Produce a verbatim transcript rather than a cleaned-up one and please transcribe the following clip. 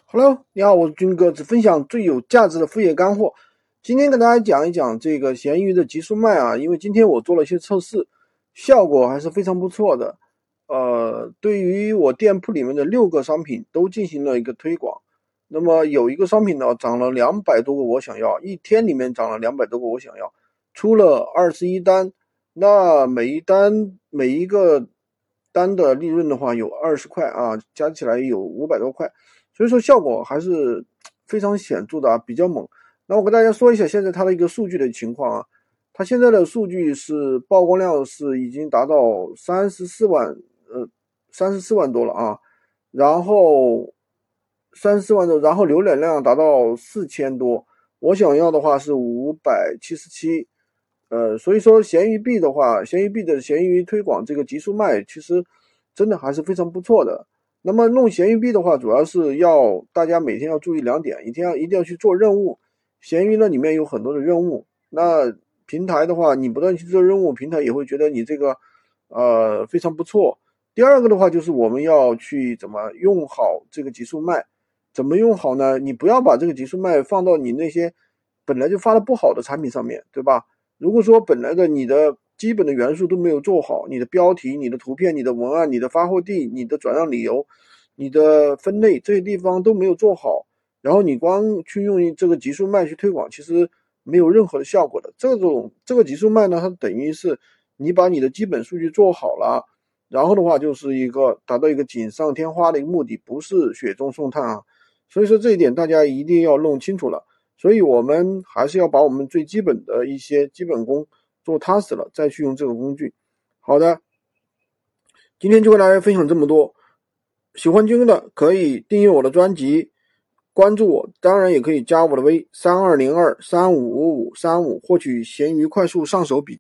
Hello，你好，我是军哥，只分享最有价值的副业干货。今天跟大家讲一讲这个闲鱼的极速卖啊，因为今天我做了一些测试，效果还是非常不错的。呃，对于我店铺里面的六个商品都进行了一个推广。那么有一个商品呢，涨了两百多个我想要，一天里面涨了两百多个我想要，出了二十一单。那每一单每一个单的利润的话有二十块啊，加起来有五百多块。所以说效果还是非常显著的啊，比较猛。那我跟大家说一下现在它的一个数据的情况啊，它现在的数据是曝光量是已经达到三十四万，呃，三十四万多了啊，然后三十四万多，然后浏览量达到四千多，我想要的话是五百七十七。呃，所以说闲鱼币的话，闲鱼币的闲鱼推广这个极速卖，其实真的还是非常不错的。那么弄闲鱼币的话，主要是要大家每天要注意两点，一定要一定要去做任务。闲鱼呢里面有很多的任务，那平台的话，你不断去做任务，平台也会觉得你这个呃非常不错。第二个的话，就是我们要去怎么用好这个极速卖，怎么用好呢？你不要把这个极速卖放到你那些本来就发的不好的产品上面，对吧？如果说本来的你的基本的元素都没有做好，你的标题、你的图片、你的文案、你的发货地、你的转让理由、你的分类这些地方都没有做好，然后你光去用这个极速卖去推广，其实没有任何的效果的。这种这个极速卖呢，它等于是你把你的基本数据做好了，然后的话就是一个达到一个锦上添花的一个目的，不是雪中送炭啊。所以说这一点大家一定要弄清楚了。所以我们还是要把我们最基本的一些基本功做踏实了，再去用这个工具。好的，今天就跟大家分享这么多。喜欢军哥的可以订阅我的专辑，关注我，当然也可以加我的微三二零二三五五五三五，获取闲鱼快速上手笔。